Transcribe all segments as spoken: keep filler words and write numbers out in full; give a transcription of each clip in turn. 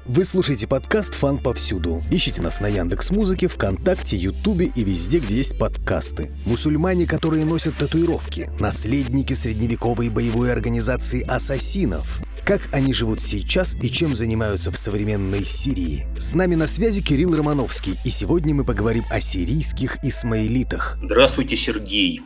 Вы слушаете подкаст «Фан повсюду». Ищите нас на Яндекс.Музыке, ВКонтакте, Ютубе и везде, где есть подкасты. Мусульмане, которые носят татуировки, наследники средневековой боевой организации ассасинов. Как они живут сейчас и чем занимаются в современной Сирии. С нами на связи Кирилл Романовский, и сегодня мы поговорим о сирийских исмаилитах. Здравствуйте, Сергей.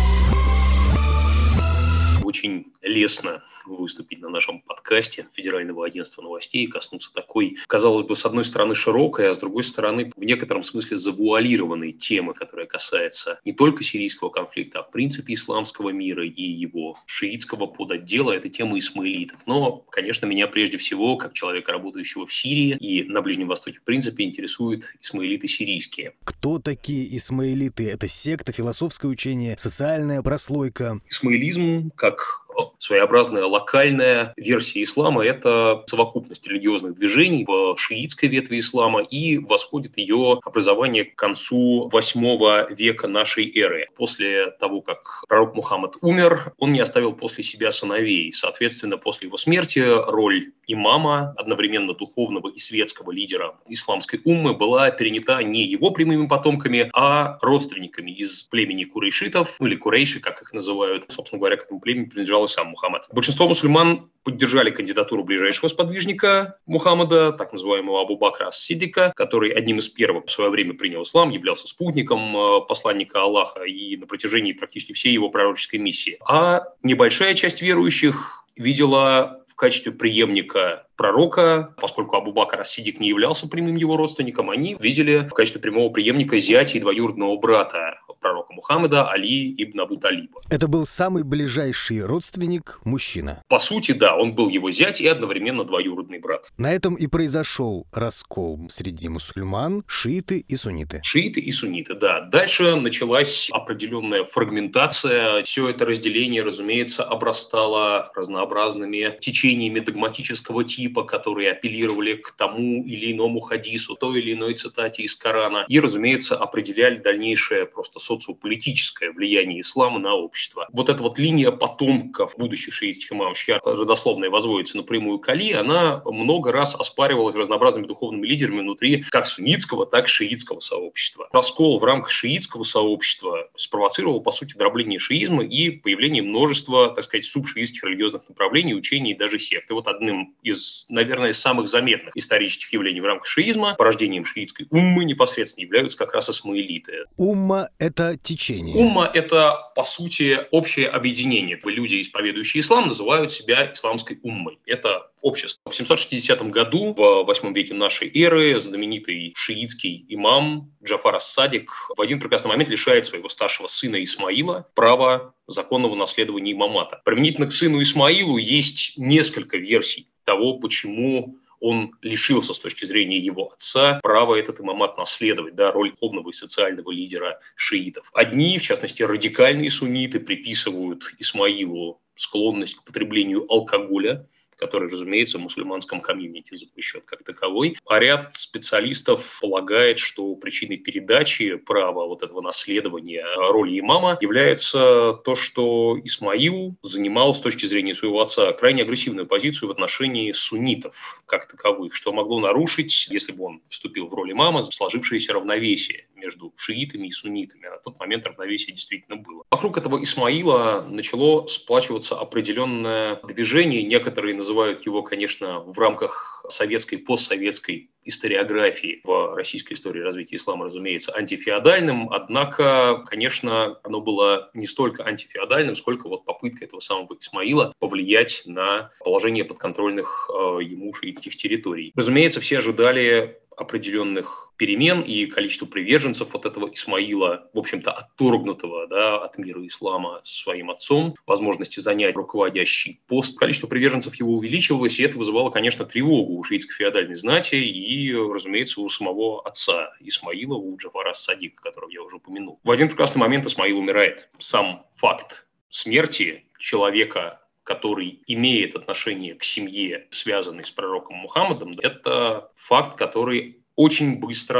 Очень лестно выступить на нашем подкасте Федерального агентства новостей и коснуться такой, казалось бы, с одной стороны широкой, а с другой стороны в некотором смысле завуалированной темы, которая касается не только сирийского конфликта, а в принципе исламского мира и его шиитского подотдела. Это тема исмаилитов. Но, конечно, меня прежде всего, как человека, работающего в Сирии и на Ближнем Востоке, в принципе, интересуют исмаилиты сирийские. Кто такие исмаилиты? Это секта, философское учение, социальная прослойка? Исмаилизм, как своеобразная локальная версия ислама, это совокупность религиозных движений в шиитской ветви ислама, и восходит ее образование к концу восьмого века нашей эры. После того, как пророк Мухаммад умер, он не оставил после себя сыновей. Соответственно, после его смерти роль имама, одновременно духовного и светского лидера исламской уммы, была перенята не его прямыми потомками, а родственниками из племени курейшитов, ну или курейши, как их называют. Собственно говоря, к этому племени принадлежал и сам Мухаммад. Большинство мусульман поддержали кандидатуру ближайшего сподвижника Мухаммада, так называемого Абу Бакра ас-Сиддика, который одним из первых в свое время принял ислам, являлся спутником посланника Аллаха и на протяжении практически всей его пророческой миссии. А небольшая часть верующих видела в качестве преемника пророка, поскольку Абу Бакр ас-Сиддик не являлся прямым его родственником, они видели в качестве прямого преемника зятя и двоюродного брата пророка Мухаммада Али ибн Абу Талиба. Это был самый ближайший родственник мужчина. По сути, да, он был его зять и одновременно двоюродный брат. На этом и произошел раскол среди мусульман, шииты и сунниты. Шииты и сунниты, да. Дальше началась определенная фрагментация. Все это разделение, разумеется, обрастало разнообразными течениями догматического типа, которые апеллировали к тому или иному хадису, той или иной цитате из Корана. И, разумеется, определяли дальнейшее просто социополитическое влияние ислама на общество. Вот эта вот линия потомков будущих шиитских имамов, чья родословная возводится напрямую к Али, она много раз оспаривалась разнообразными духовными лидерами внутри как суннитского, так и шиитского сообщества. Раскол в рамках шиитского сообщества спровоцировал, по сути, дробление шиизма и появление множества, так сказать, субшиитских религиозных направлений, учений и даже сект. И вот одним из, наверное, самых заметных исторических явлений в рамках шиизма, порождением шиитской уммы непосредственно являются как раз исмаилиты. Умма — это течение. Умма – это, по сути, общее объединение. Люди, исповедующие ислам, называют себя исламской уммой. Это общество. В семьсот шестидесятом году, в восьмом веке нашей эры, знаменитый шиитский имам Джафар ас-Садик в один прекрасный момент лишает своего старшего сына Исмаила права законного наследования имамата. Применительно к сыну Исмаилу есть несколько версий того, почему он лишился с точки зрения его отца права этот имамат наследовать, да, роль духовного и социального лидера шиитов. Одни, в частности радикальные сунниты, приписывают Исмаилу склонность к потреблению алкоголя, который, разумеется, в мусульманском комьюнити запрещен как таковой. А ряд специалистов полагает, что причиной передачи права вот этого наследования роли имама является то, что Исмаил занимал с точки зрения своего отца крайне агрессивную позицию в отношении суннитов как таковых, что могло нарушить, если бы он вступил в роль имама, сложившееся равновесие между шиитами и суннитами. А на тот момент равновесие действительно было. Вокруг этого Исмаила начало сплачиваться определенное движение. Некоторые называют его, конечно, в рамках советской, постсоветской историографии в российской истории развития ислама, разумеется, антифеодальным. Однако, конечно, оно было не столько антифеодальным, сколько вот попытка этого самого Исмаила повлиять на положение подконтрольных э, ему шиитских территорий. Разумеется, все ожидали определенных перемен, и количество приверженцев вот этого Исмаила, в общем-то, отторгнутого, да, от мира ислама своим отцом, возможности занять руководящий пост. Количество приверженцев его увеличивалось, и это вызывало, конечно, тревогу у шиитско-феодальной знати и, разумеется, у самого отца Исмаила, у Джафара ас-Садика, которого я уже упомянул. В один прекрасный момент Исмаил умирает. Сам факт смерти человека, который имеет отношение к семье, связанной с пророком Мухаммадом, это факт, который очень быстро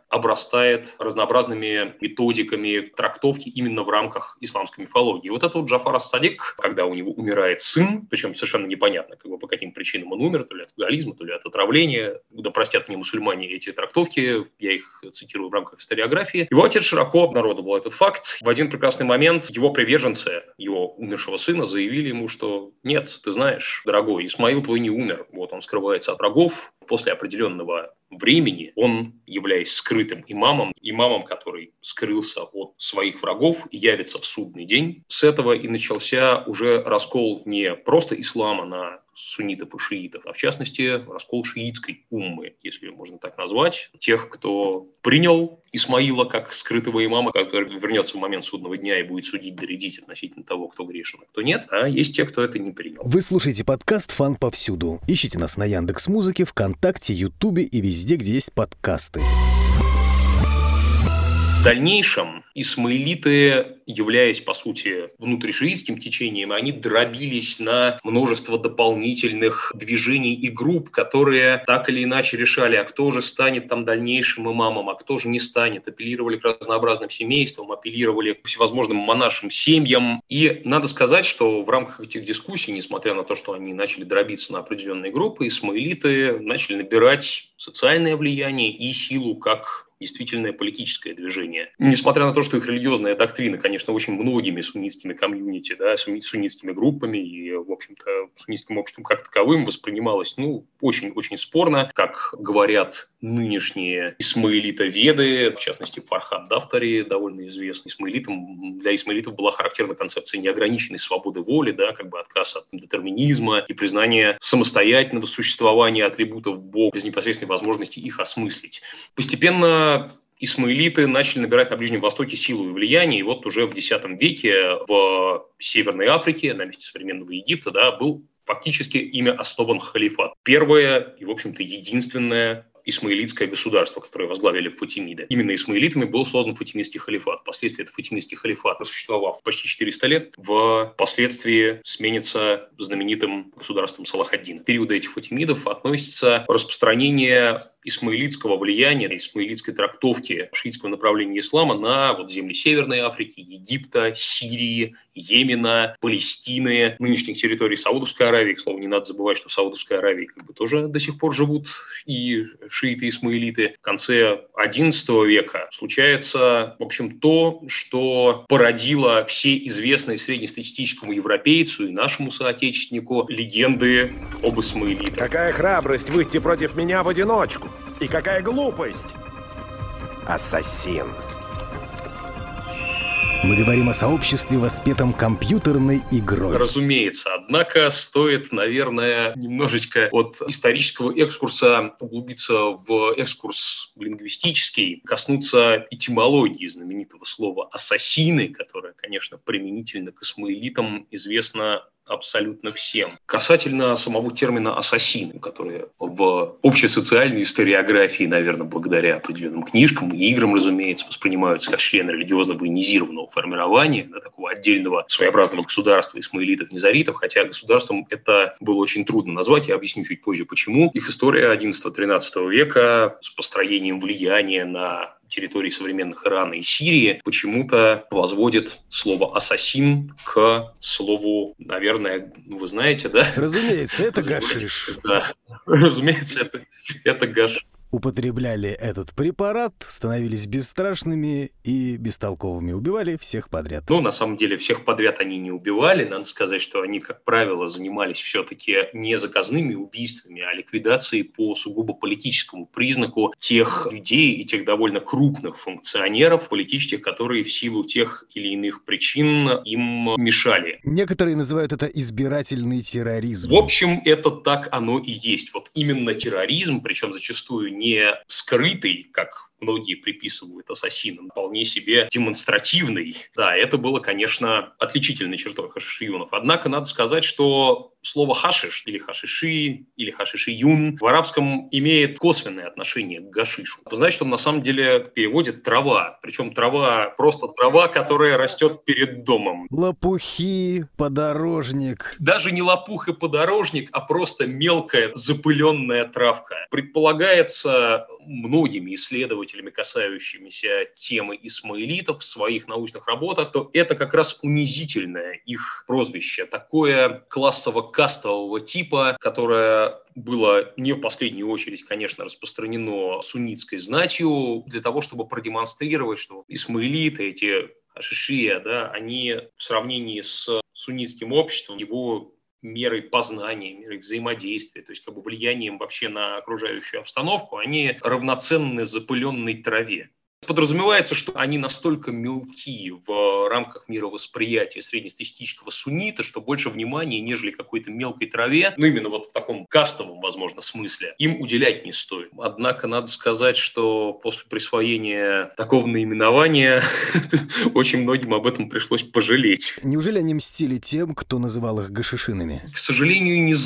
обрастает разнообразными методиками трактовки именно в рамках исламской мифологии. Вот это вот Джафар ас-Садик, когда у него умирает сын, причем совершенно непонятно, как бы, по каким причинам он умер, то ли от алкоголизма, то ли от отравления. Да простят мне мусульмане эти трактовки, я их цитирую в рамках историографии. Его отец широко обнародовал этот факт. В один прекрасный момент его приверженцы, его умершего сына, заявили ему, что нет, ты знаешь, дорогой, Исмаил твой не умер. Вот он скрывается от врагов. После определенного времени он, являясь скрытым имамом, имамом, который скрылся от своих врагов, явится в судный день. С этого и начался уже раскол не просто ислама на суннитов и шиитов, а в частности раскол шиитской уммы, если ее можно так назвать, тех, кто принял Исмаила как скрытого имама, который вернется в момент судного дня и будет судить, доредить относительно того, кто грешен, а кто нет, а есть те, кто это не принял. Вы слушаете подкаст «Фан повсюду». Ищите нас на Яндекс.Музыке, ВКонтакте, Ютубе и везде, где есть подкасты. В дальнейшем исмаилиты, являясь, по сути, внутришиитским течением, они дробились на множество дополнительных движений и групп, которые так или иначе решали, а кто же станет там дальнейшим имамом, а кто же не станет. Апеллировали к разнообразным семействам, апеллировали к всевозможным монашим семьям. И надо сказать, что в рамках этих дискуссий, несмотря на то, что они начали дробиться на определенные группы, исмаилиты начали набирать социальное влияние и силу как действительное политическое движение. Несмотря на то, что их религиозная доктрина, конечно, очень многими суннитскими комьюнити, да, суннитскими группами и, в общем-то, суннитским обществом как таковым воспринималась, ну, очень-очень спорно, как говорят нынешние исмаилитоведы, в частности, Фархад Дафтари, довольно известный исмаилитам. Для исмаилитов была характерна концепция неограниченной свободы воли, да, как бы отказ от детерминизма и признание самостоятельного существования атрибутов Бога без непосредственной возможности их осмыслить. Постепенно исмаилиты начали набирать на Ближнем Востоке силу и влияние, и вот уже в X веке в Северной Африке, на месте современного Египта, да, был фактически ими основан халифат. Первое и, в общем-то, единственное исмаилитское государство, которое возглавили фатимиды. Именно исмаилитами был создан фатимидский халифат. Впоследствии этот фатимидский халифат, существовав почти четыреста лет, впоследствии сменится знаменитым государством Салах-ад-Дин. В период этих фатимидов относится распространение исмаилитского влияния, исмаилитской трактовки шиитского направления ислама на вот земли Северной Африки, Египта, Сирии, Йемена, Палестины, нынешних территорий Саудовской Аравии. К слову, не надо забывать, что в Саудовской Аравии как бы тоже до сих пор живут и шииты, и исмаилиты. В конце одиннадцатого века случается, в общем, то, что породило все известные среднестатистическому европейцу и нашему соотечественнику легенды об исмаилитах. Какая храбрость выйти против меня в одиночку! И какая глупость! Ассасин. Мы говорим о сообществе, воспетом компьютерной игрой. Разумеется. Однако стоит, наверное, немножечко от исторического экскурса углубиться в экскурс лингвистический, коснуться этимологии знаменитого слова «ассасины», которое, конечно, применительно к исмаилитам известно абсолютно всем. Касательно самого термина «ассасин», который в общесоциальной историографии, наверное, благодаря определенным книжкам и играм, разумеется, воспринимаются как члены религиозно военизированного формирования, да, такого отдельного своеобразного государства исмаилитов-низаритов, хотя государством это было очень трудно назвать, я объясню чуть позже почему. Их история одиннадцатого-тринадцатого века с построением влияния на территории современных Ирана и Сирии почему-то возводит слово «ассасин» к слову, наверное, вы знаете, да? Разумеется, это гашиш. Да, разумеется, это, это гашиш. Употребляли этот препарат, становились бесстрашными и бестолковыми, убивали всех подряд. Ну, на самом деле, всех подряд они не убивали. Надо сказать, что они, как правило, занимались все-таки не заказными убийствами, а ликвидацией по сугубо политическому признаку тех людей и тех довольно крупных функционеров политических, которые в силу тех или иных причин им мешали. Некоторые называют это избирательный терроризм. В общем, это так оно и есть. Вот именно терроризм, причем зачастую не скрытый, как многие приписывают ассасинам, вполне себе демонстративный. Да, это было, конечно, отличительной чертой хашишиюнов. Однако надо сказать, что слово «хашиш» или «хашиши» или «хашишиюн» в арабском имеет косвенное отношение к гашишу. Значит, он на самом деле переводит «трава». Причем трава, просто трава, которая растет перед домом. Лопухи, подорожник. Даже не лопух и подорожник, а просто мелкая запыленная травка. Предполагается многими исследователями, касающимися темы исмаилитов в своих научных работах, то это как раз унизительное их прозвище, такое классово-кастового типа, которое было не в последнюю очередь, конечно, распространено суннитской знатью для того, чтобы продемонстрировать, что исмаилиты, эти ашишия, да, они в сравнении с суннитским обществом, его мерой познания, мерой взаимодействия, то есть как бы влиянием вообще на окружающую обстановку, они равноценны запыленной траве. Подразумевается, что они настолько мелки в рамках мировосприятия среднестатистического суннита, что больше внимания, нежели какой-то мелкой траве, ну именно вот в таком кастовом, возможно, смысле, им уделять не стоит. Однако надо сказать, что после присвоения такого наименования очень многим об этом пришлось пожалеть. Неужели они мстили тем, кто называл их гашишинами? К сожалению, не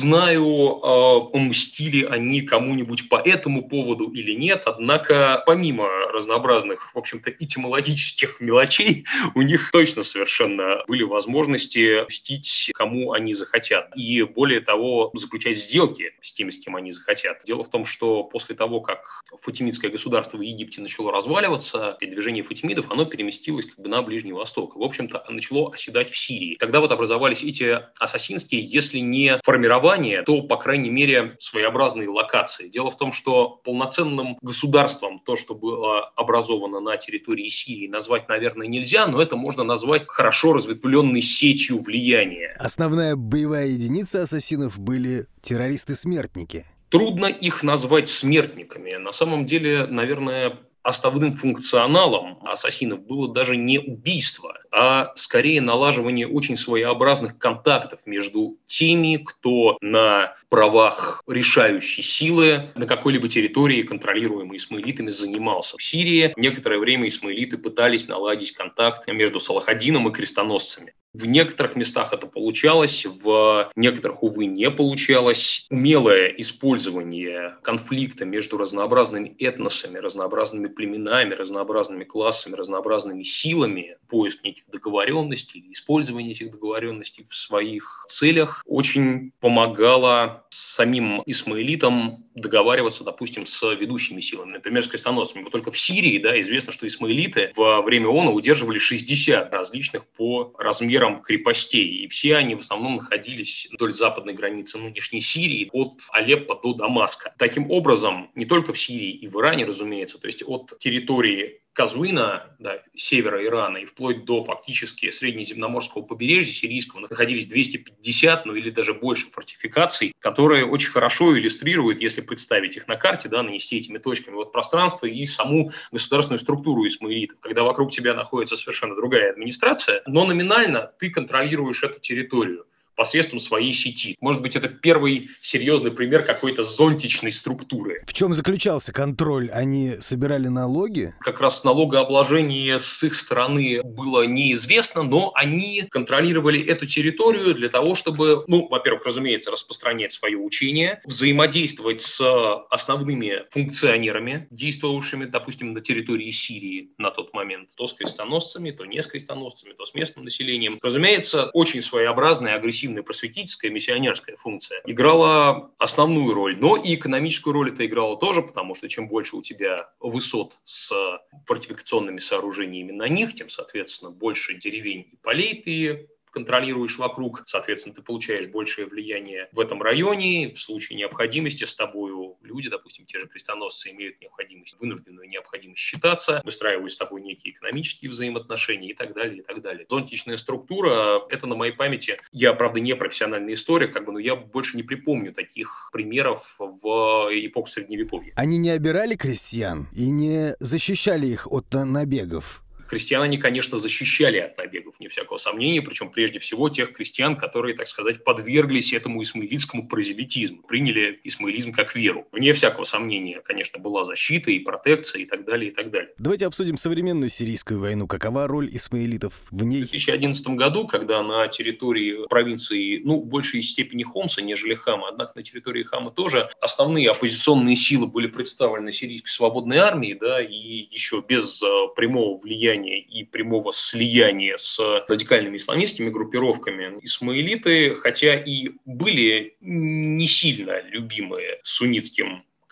знаю, мстили они кому-нибудь по этому поводу или нет, однако помимо разнообразных в общем-то, этимологических мелочей, у них точно совершенно были возможности мстить, кому они захотят. И более того, заключать сделки с теми, с кем они захотят. Дело в том, что после того, как фатимидское государство в Египте начало разваливаться, движение фатимидов, оно переместилось как бы на Ближний Восток. В общем-то, начало оседать в Сирии. Тогда вот образовались эти ассасинские, если не формирования, то, по крайней мере, своеобразные локации. Дело в том, что полноценным государством то, что было образовано на территории Сирии, назвать, наверное, нельзя, но это можно назвать хорошо разветвленной сетью влияния. Основная боевая единица ассасинов были террористы-смертники. Трудно их назвать смертниками. На самом деле, наверное, основным функционалом ассасинов было даже не убийство, а скорее налаживание очень своеобразных контактов между теми, кто на правах решающей силы на какой-либо территории, контролируемой исмаилитами, занимался. В Сирии некоторое время исмаилиты пытались наладить контакт между Салахадином и крестоносцами. В некоторых местах это получалось, в некоторых, увы, не получалось. Умелое использование конфликта между разнообразными этносами, разнообразными племенами, разнообразными классами, разнообразными силами, поиск неких договоренностей или использование этих договоренностей в своих целях очень помогало самим исмаилитам договариваться, допустим, с ведущими силами, например, с крестоносцами. Вот только в Сирии, да, известно, что исмаилиты во время оно удерживали шестьдесят различных по размерам крепостей, и все они в основном находились вдоль западной границы нынешней Сирии, от Алеппо до Дамаска. Таким образом, не только в Сирии и в Иране, разумеется, то есть от территории Казвина, да, севера Ирана, и вплоть до фактически среднеземноморского побережья сирийского находились двести пятьдесят, ну или даже больше фортификаций, которые очень хорошо иллюстрируют, если представить их на карте, да, нанести этими точками вот пространство и саму государственную структуру исмаилитов, когда вокруг тебя находится совершенно другая администрация, но номинально ты контролируешь эту территорию посредством своей сети. Может быть, это первый серьезный пример какой-то зонтичной структуры. В чем заключался контроль? Они собирали налоги? Как раз налогообложение с их стороны было неизвестно, но они контролировали эту территорию для того, чтобы, ну, во-первых, разумеется, распространять свое учение, взаимодействовать с основными функционерами, действовавшими, допустим, на территории Сирии на тот момент, то с крестоносцами, то не с крестоносцами, то с местным населением. Разумеется, очень своеобразная, агрессивная просветительская, миссионерская функция играла основную роль, но и экономическую роль это играло тоже, потому что чем больше у тебя высот с фортификационными сооружениями на них, тем, соответственно, больше деревень и полей ты контролируешь вокруг, соответственно, ты получаешь большее влияние в этом районе. В случае необходимости с тобою люди, допустим, те же крестоносцы, имеют необходимость, вынужденную необходимость считаться, выстраивают с тобой некие экономические взаимоотношения и так далее, и так далее. Зонтичная структура, это на моей памяти, я, правда, не профессиональный историк, как бы, но я больше не припомню таких примеров в эпоху Средневековья. Они не обирали крестьян и не защищали их от набегов? Крестьян они, конечно, защищали от набегов, вне всякого сомнения, причем прежде всего тех крестьян, которые, так сказать, подверглись этому исмаилитскому прозелитизму, приняли исмаилизм как веру. Вне всякого сомнения, конечно, была защита и протекция и так далее, и так далее. Давайте обсудим современную сирийскую войну. Какова роль исмаилитов в ней? В две тысячи одиннадцатом году, когда на территории провинции, ну, в большей степени Хомса, нежели Хама, однако на территории Хама тоже основные оппозиционные силы были представлены сирийской свободной армией, да, и еще без а, прямого влияния и прямого слияния с радикальными исламистскими группировками, исмаилиты, хотя и были не сильно любимые суннитским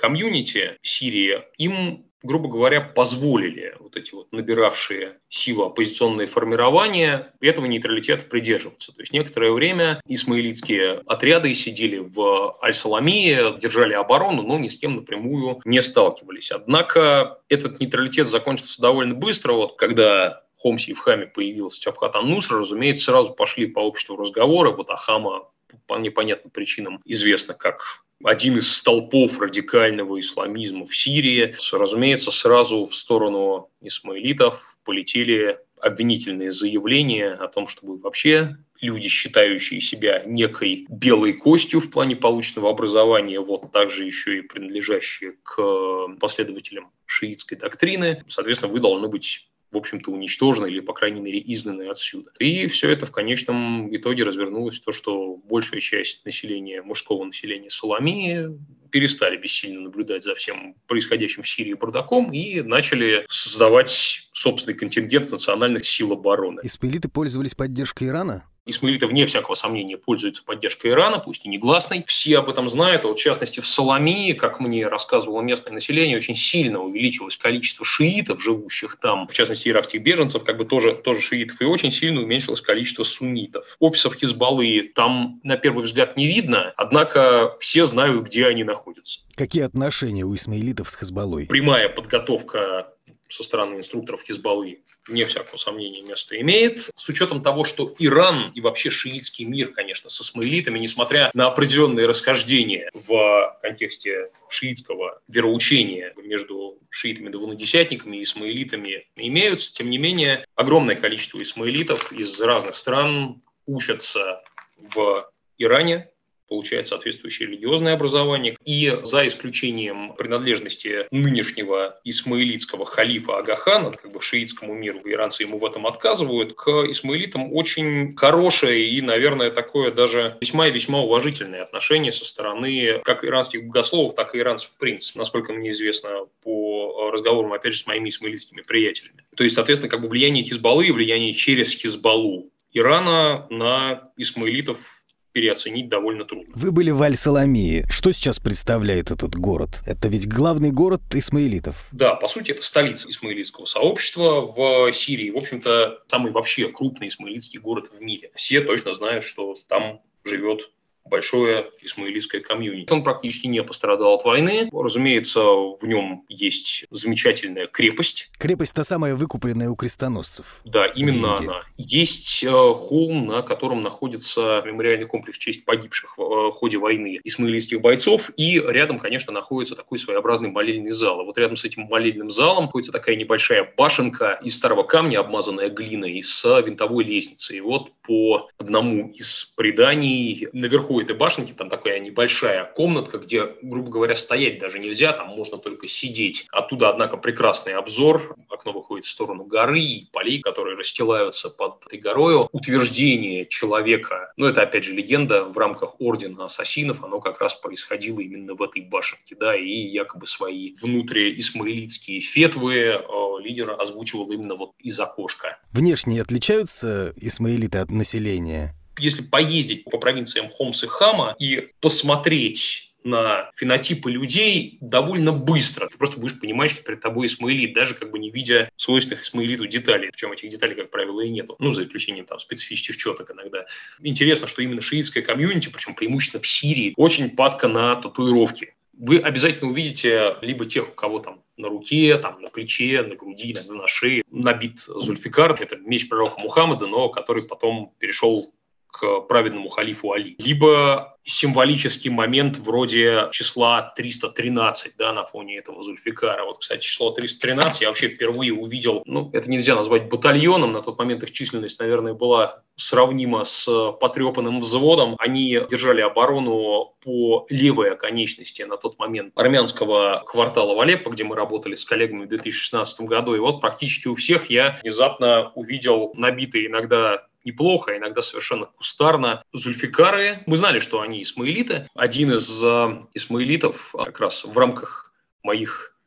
комьюнити Сирии, им, грубо говоря, позволили вот эти вот набиравшие силу оппозиционные формирования этого нейтралитета придерживаться. То есть некоторое время исмаилитские отряды сидели в Аль-Саламии, держали оборону, но ни с кем напрямую не сталкивались. Однако этот нейтралитет закончился довольно быстро, вот когда Хомси и в Хаме появился Чабхат ан-Нусра, разумеется, сразу пошли по обществу разговоры. Вот Ахама по непонятным причинам известно как один из столпов радикального исламизма в Сирии. Разумеется, сразу в сторону исмаилитов полетели обвинительные заявления о том, чтобы вообще люди, считающие себя некой белой костью в плане полученного образования, вот также еще и принадлежащие к последователям шиитской доктрины, соответственно, вы должны быть, в общем-то, уничтожены или, по крайней мере, изгнаны отсюда. И все это в конечном итоге развернулось в то, что большая часть населения, мужского населения Саламии перестали бессильно наблюдать за всем происходящим в Сирии бардаком и начали создавать собственный контингент национальных сил обороны. Исмаилиты пользовались поддержкой Ирана? Исмаилиты, вне всякого сомнения, пользуются поддержкой Ирана, пусть и негласной. Все об этом знают. Вот, в частности, в Саламии, как мне рассказывало местное население, очень сильно увеличилось количество шиитов, живущих там, в частности, иракских беженцев, как бы тоже, тоже шиитов, и очень сильно уменьшилось количество суннитов. Офисов Хизбаллы там, на первый взгляд, не видно, однако все знают, где они находятся. Какие отношения у исмаилитов с Хизбаллой? Прямая подготовка со стороны инструкторов Хизбаллы, вне всякого сомнения, место имеет. С учетом того, что Иран и вообще шиитский мир, конечно, с исмаилитами, несмотря на определенные расхождения в контексте шиитского вероучения между шиитами-двунадесятниками и исмаилитами имеются, тем не менее, огромное количество исмаилитов из разных стран учатся в Иране, получает соответствующее религиозное образование. И за исключением принадлежности нынешнего исмаилитского халифа Ага-хана, как бы шиитскому миру, иранцы ему в этом отказывают, к исмаилитам очень хорошее и, наверное, такое даже весьма и весьма уважительное отношение со стороны как иранских богословов, так и иранцев в принципе, насколько мне известно по разговорам, опять же, с моими исмаилитскими приятелями. То есть, соответственно, как бы влияние Хизбаллы, влияние через Хизбаллу Ирана на исмаилитов переоценить довольно трудно. Вы были в Аль-Саламии. Что сейчас представляет этот город? Это ведь главный город исмаилитов. Да, по сути, это столица исмаилитского сообщества в Сирии. В общем-то, самый вообще крупный исмаилитский город в мире. Все точно знают, что там живет большое исмаилитское комьюнити. Он практически не пострадал от войны. Разумеется, в нем есть замечательная крепость. Крепость та самая, выкупленная у крестоносцев. Да, за именно деньги. она. Есть э, холм, на котором находится мемориальный комплекс в честь погибших в э, ходе войны исмаилитских бойцов. И рядом, конечно, находится такой своеобразный молельный зал. И вот рядом с этим молельным залом находится такая небольшая башенка из старого камня, обмазанная глиной, с винтовой лестницей. И вот по одному из преданий наверху этой башенки там такая небольшая комнатка, где, грубо говоря, стоять даже нельзя, там можно только сидеть. Оттуда, однако, прекрасный обзор. Окно выходит в сторону горы и полей, которые расстилаются под этой горою. Утверждение человека, ну это опять же легенда в рамках ордена ассасинов, оно как раз происходило именно в этой башенке, да, и якобы свои внутриисмаилитские фетвы э, лидер озвучивал именно вот из окошка. Внешне отличаются исмаилиты от населения? Если поездить по провинциям Хомс и Хама и посмотреть на фенотипы людей довольно быстро, ты просто будешь понимать, что перед тобой исмаилит, даже как бы не видя свойственных исмаилиту деталей. Причем этих деталей, как правило, и нету. Ну, за исключением там специфических четок иногда. Интересно, что именно шиитское комьюнити, причем преимущественно в Сирии, очень падка на татуировки. Вы обязательно увидите либо тех, у кого там на руке, там, на плече, на груди, иногда на шее набит Зульфикар. Это меч пророка Мухаммада, но который потом перешел к праведному халифу Али. Либо символический момент вроде числа триста тринадцать, да, на фоне этого Зульфикара. Вот, кстати, число триста тринадцать я вообще впервые увидел, ну, это нельзя назвать батальоном, на тот момент их численность, наверное, была сравнима с потрепанным взводом. Они держали оборону по левой оконечности на тот момент армянского квартала в Алеппо, где мы работали с коллегами в две тысячи шестнадцатом году. И вот практически у всех я внезапно увидел набитые иногда неплохо, иногда совершенно кустарно Зульфикары. Мы знали, что они исмаилиты. Один из э, исмаилитов как раз в рамках моих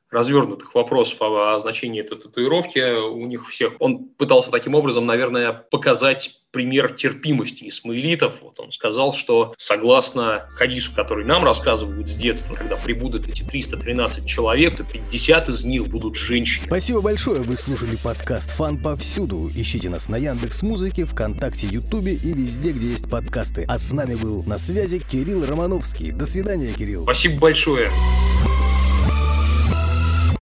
развернутых вопросов о значении этой татуировки у них всех. Он пытался таким образом, наверное, показать пример терпимости исмаилитов. Вот он сказал, что согласно хадису, который нам рассказывают с детства, когда прибудут эти триста тринадцать человек, то пятьдесят из них будут женщины. Спасибо большое, вы слушали подкаст «Фан повсюду». Ищите нас на Яндекс.Музыке, ВКонтакте, Ютубе и везде, где есть подкасты. А с нами был на связи Кирилл Романовский. До свидания, Кирилл. Спасибо большое.